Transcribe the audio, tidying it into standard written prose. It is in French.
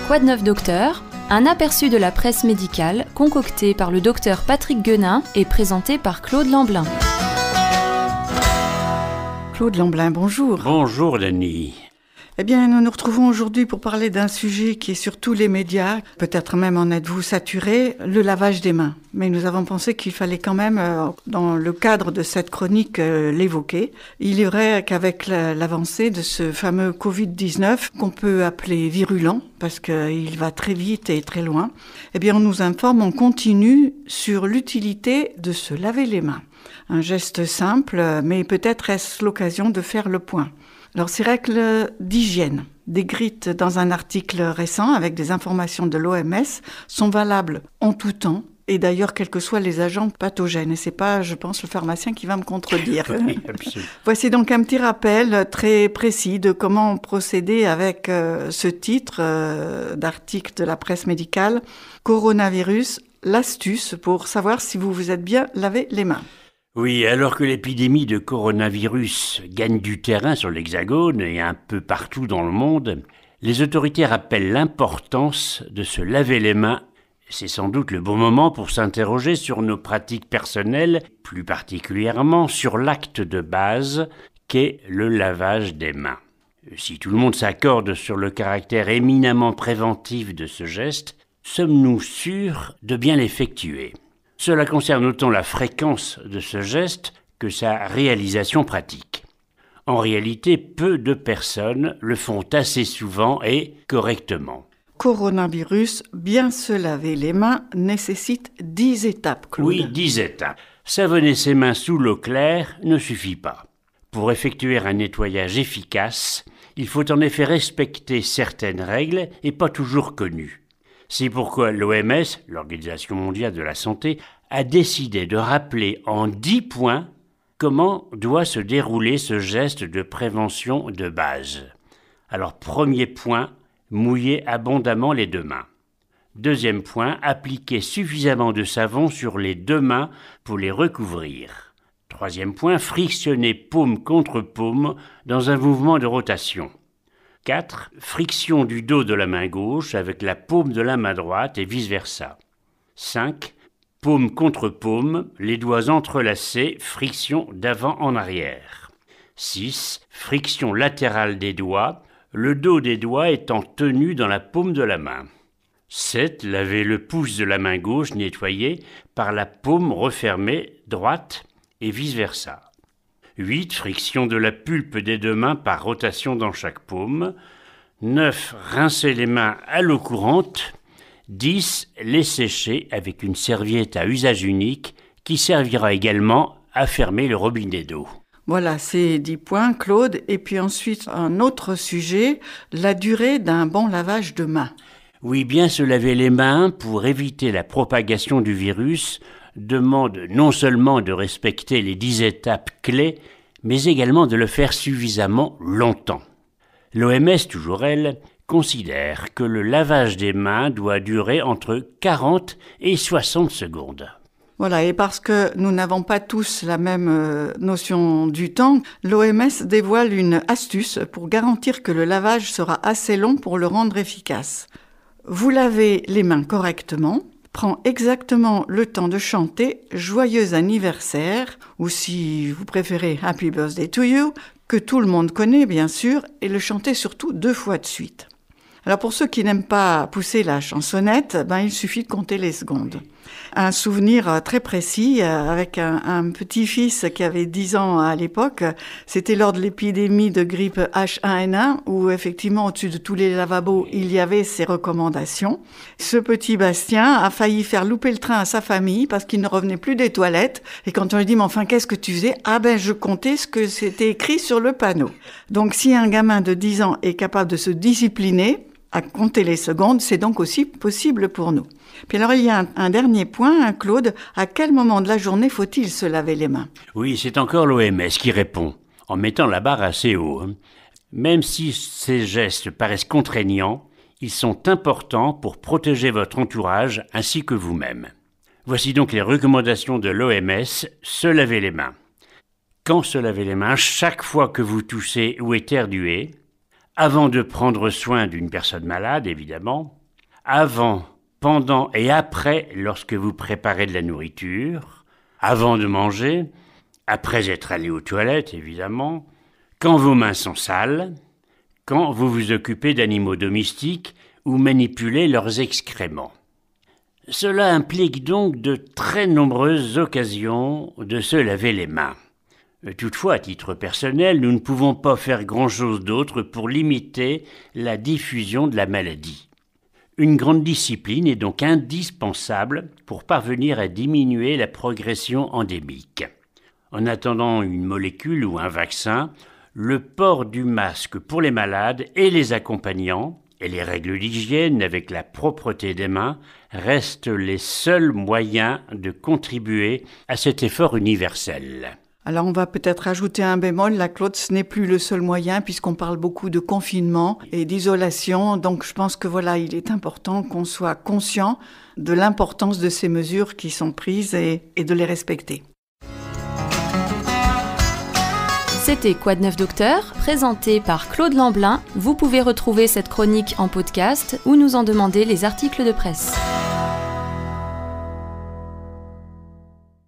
Quoi de neuf docteur ? Un aperçu de la presse médicale concocté par le docteur Patrick Guenin et présenté par Claude Lamblin. Claude Lamblin, bonjour. Bonjour Denis. Eh bien, nous nous retrouvons aujourd'hui pour parler d'un sujet qui est sur tous les médias, peut-être même en êtes-vous saturé, le lavage des mains. Mais nous avons pensé qu'il fallait quand même, dans le cadre de cette chronique, l'évoquer. Il est vrai qu'avec l'avancée de ce fameux Covid-19, qu'on peut appeler virulent, parce qu'il va très vite et très loin, eh bien, on nous informe en continu sur l'utilité de se laver les mains. Un geste simple, mais peut-être est-ce l'occasion de faire le point. Alors, ces règles d'hygiène, décrites dans un article récent avec des informations de l'OMS, sont valables en tout temps, et d'ailleurs, quels que soient les agents pathogènes. Et c'est pas, je pense, le pharmacien qui va me contredire. Oui, absolument. Voici donc un petit rappel très précis de comment procéder avec ce titre d'article de la presse médicale. Coronavirus, l'astuce pour savoir si vous vous êtes bien lavé les mains. Oui, alors que l'épidémie de coronavirus gagne du terrain sur l'Hexagone et un peu partout dans le monde, les autorités rappellent l'importance de se laver les mains. C'est sans doute le bon moment pour s'interroger sur nos pratiques personnelles, plus particulièrement sur l'acte de base qu'est le lavage des mains. Si tout le monde s'accorde sur le caractère éminemment préventif de ce geste, sommes-nous sûrs de bien l'effectuer ? Cela concerne autant la fréquence de ce geste que sa réalisation pratique. En réalité, peu de personnes le font assez souvent et correctement. Coronavirus, bien se laver les mains nécessite 10 étapes, Claude. Oui, 10 étapes. Savonner ses mains sous l'eau claire ne suffit pas. Pour effectuer un nettoyage efficace, il faut en effet respecter certaines règles et pas toujours connues. C'est pourquoi l'OMS, l'Organisation mondiale de la santé, a décidé de rappeler en 10 points comment doit se dérouler ce geste de prévention de base. Alors, premier point, mouiller abondamment les deux mains. Deuxième point, appliquer suffisamment de savon sur les deux mains pour les recouvrir. Troisième point, frictionner paume contre paume dans un mouvement de rotation. 4. Friction du dos de la main gauche avec la paume de la main droite et vice-versa. 5. Paume contre paume, les doigts entrelacés, friction d'avant en arrière. 6. Friction latérale des doigts, le dos des doigts étant tenu dans la paume de la main. 7. Laver le pouce de la main gauche nettoyé par la paume refermée droite et vice-versa. 8. Friction de la pulpe des deux mains par rotation dans chaque paume. 9. Rincer les mains à l'eau courante. 10. Les sécher avec une serviette à usage unique qui servira également à fermer le robinet d'eau. Voilà, c'est 10 points, Claude. Et puis ensuite, un autre sujet, la durée d'un bon lavage de mains. Oui, bien se laver les mains pour éviter la propagation du virus demande non seulement de respecter les 10 étapes clés, mais également de le faire suffisamment longtemps. L'OMS, toujours elle, considère que le lavage des mains doit durer entre 40 et 60 secondes. Voilà, et parce que nous n'avons pas tous la même notion du temps, l'OMS dévoile une astuce pour garantir que le lavage sera assez long pour le rendre efficace. Vous lavez les mains correctement, prend exactement le temps de chanter « Joyeux anniversaire » ou si vous préférez « Happy Birthday to you » que tout le monde connaît bien sûr et le chanter surtout 2 fois de suite. Alors pour ceux qui n'aiment pas pousser la chansonnette, il suffit de compter les secondes. Un souvenir très précis avec un petit-fils qui avait 10 ans à l'époque, c'était lors de l'épidémie de grippe H1N1 où effectivement au-dessus de tous les lavabos il y avait ces recommandations. Ce petit Bastien a failli faire louper le train à sa famille parce qu'il ne revenait plus des toilettes et quand on lui dit mais enfin qu'est-ce que tu faisais ? Je comptais ce que c'était écrit sur le panneau. Donc si un gamin de 10 ans est capable de se discipliner à compter les secondes, c'est donc aussi possible pour nous. Puis alors, il y a un dernier point, Claude. À quel moment de la journée faut-il se laver les mains ? Oui, c'est encore l'OMS qui répond, en mettant la barre assez haut. Même si ces gestes paraissent contraignants, ils sont importants pour protéger votre entourage ainsi que vous-même. Voici donc les recommandations de l'OMS, se laver les mains. Quand se laver les mains ? Chaque fois que vous toussez ou éternuez, avant de prendre soin d'une personne malade, évidemment, avant, pendant et après lorsque vous préparez de la nourriture, avant de manger, après être allé aux toilettes évidemment, quand vos mains sont sales, quand vous vous occupez d'animaux domestiques ou manipulez leurs excréments. Cela implique donc de très nombreuses occasions de se laver les mains. Toutefois, à titre personnel, nous ne pouvons pas faire grand-chose d'autre pour limiter la diffusion de la maladie. Une grande discipline est donc indispensable pour parvenir à diminuer la progression endémique. En attendant une molécule ou un vaccin, le port du masque pour les malades et les accompagnants et les règles d'hygiène avec la propreté des mains restent les seuls moyens de contribuer à cet effort universel. Alors on va peut-être ajouter un bémol, là Claude, ce n'est plus le seul moyen puisqu'on parle beaucoup de confinement et d'isolation. Donc je pense que voilà, il est important qu'on soit conscient de l'importance de ces mesures qui sont prises et de les respecter. C'était Quoi de neuf docteur, présenté par Claude Lamblin. Vous pouvez retrouver cette chronique en podcast ou nous en demander les articles de presse.